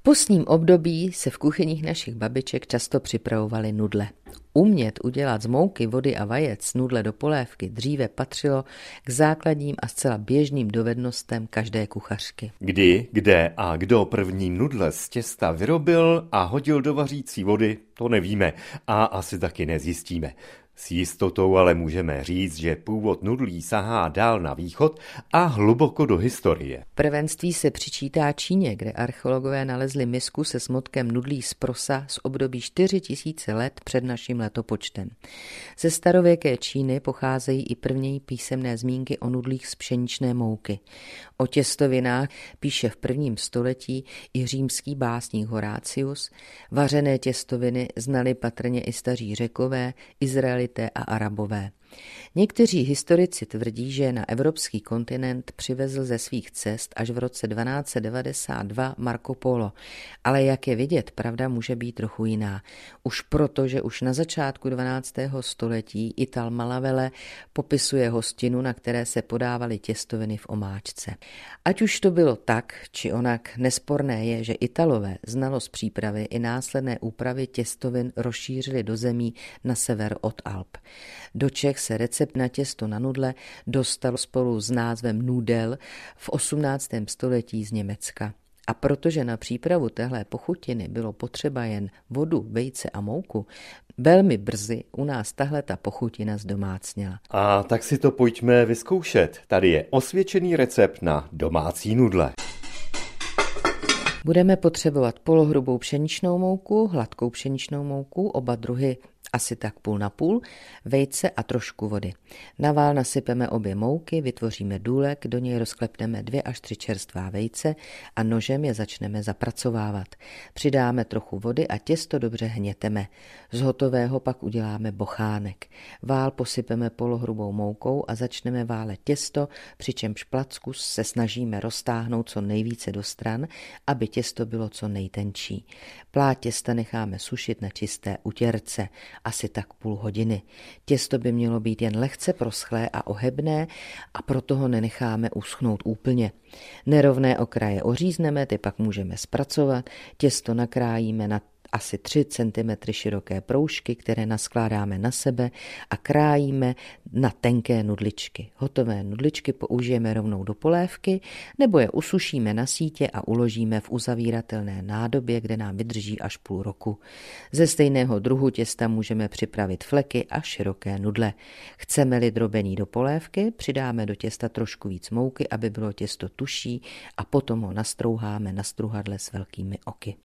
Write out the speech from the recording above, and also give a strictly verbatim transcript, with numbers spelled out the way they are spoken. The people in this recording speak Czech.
postním období se v kuchyních našich babiček často připravovaly nudle. Umět udělat z mouky, vody a vajec nudle do polévky dříve patřilo k základním a zcela běžným dovednostem každé kuchařky. Kdy, kde a kdo první nudle z těsta vyrobil a hodil do vařící vody, to nevíme a asi taky nezjistíme. S jistotou ale můžeme říct, že původ nudlí sahá dál na východ a hluboko do historie. Prvenství se přičítá Číně, kde archeologové nalezli misku se smotkem nudlí z prosa z období čtyři tisíce let před naším letopočtem. Ze starověké Číny pocházejí i první písemné zmínky o nudlích z pšeničné mouky. O těstovinách píše v prvním století i římský básník Horácius. Vařené těstoviny znali patrně i staří Řekové, Izraelité a Arabové. Někteří historici tvrdí, že na evropský kontinent přivezl ze svých cest až v roce dvanáct set devadesát dva Marco Polo, ale jak je vidět, pravda může být trochu jiná. Už proto, že už na začátku dvanáctého století Ital Malavele popisuje hostinu, na které se podávaly těstoviny v omáčce. Ať už to bylo tak, či onak, nesporné je, že Italové znalost přípravy i následné úpravy těstovin rozšířili do zemí na sever od Alp. Do Čech se recept na těsto na nudle dostal spolu s názvem nudel v osmnáctém století z Německa. A protože na přípravu téhle pochutiny bylo potřeba jen vodu, vejce a mouku, velmi brzy u nás tahleta pochutina zdomácněla. A tak si to pojďme vyzkoušet. Tady je osvědčený recept na domácí nudle. Budeme potřebovat polohrubou pšeničnou mouku, hladkou pšeničnou mouku, oba druhy asi tak půl na půl, vejce a trošku vody. Na vál nasypeme obě mouky, vytvoříme důlek, do něj rozklepneme dvě až tři čerstvá vejce a nožem je začneme zapracovávat. Přidáme trochu vody a těsto dobře hněteme. Z hotového pak uděláme bochánek. Vál posypeme polohrubou moukou a začneme válet těsto, přičemž placku se snažíme roztáhnout co nejvíce do stran, aby těsto bylo co nejtenčí. Plát těsta necháme sušit na čisté utěrce, asi tak půl hodiny. Těsto by mělo být jen lehce proschlé a ohebné a proto ho nenecháme uschnout úplně. Nerovné okraje ořízneme, ty pak můžeme zpracovat, těsto nakrájíme na asi tři centimetry široké proužky, které naskládáme na sebe a krájíme na tenké nudličky. Hotové nudličky použijeme rovnou do polévky nebo je usušíme na sítě a uložíme v uzavíratelné nádobě, kde nám vydrží až půl roku. Ze stejného druhu těsta můžeme připravit fleky a široké nudle. Chceme-li drobení do polévky, přidáme do těsta trošku víc mouky, aby bylo těsto tuší a potom ho nastrouháme na struhadle s velkými oky.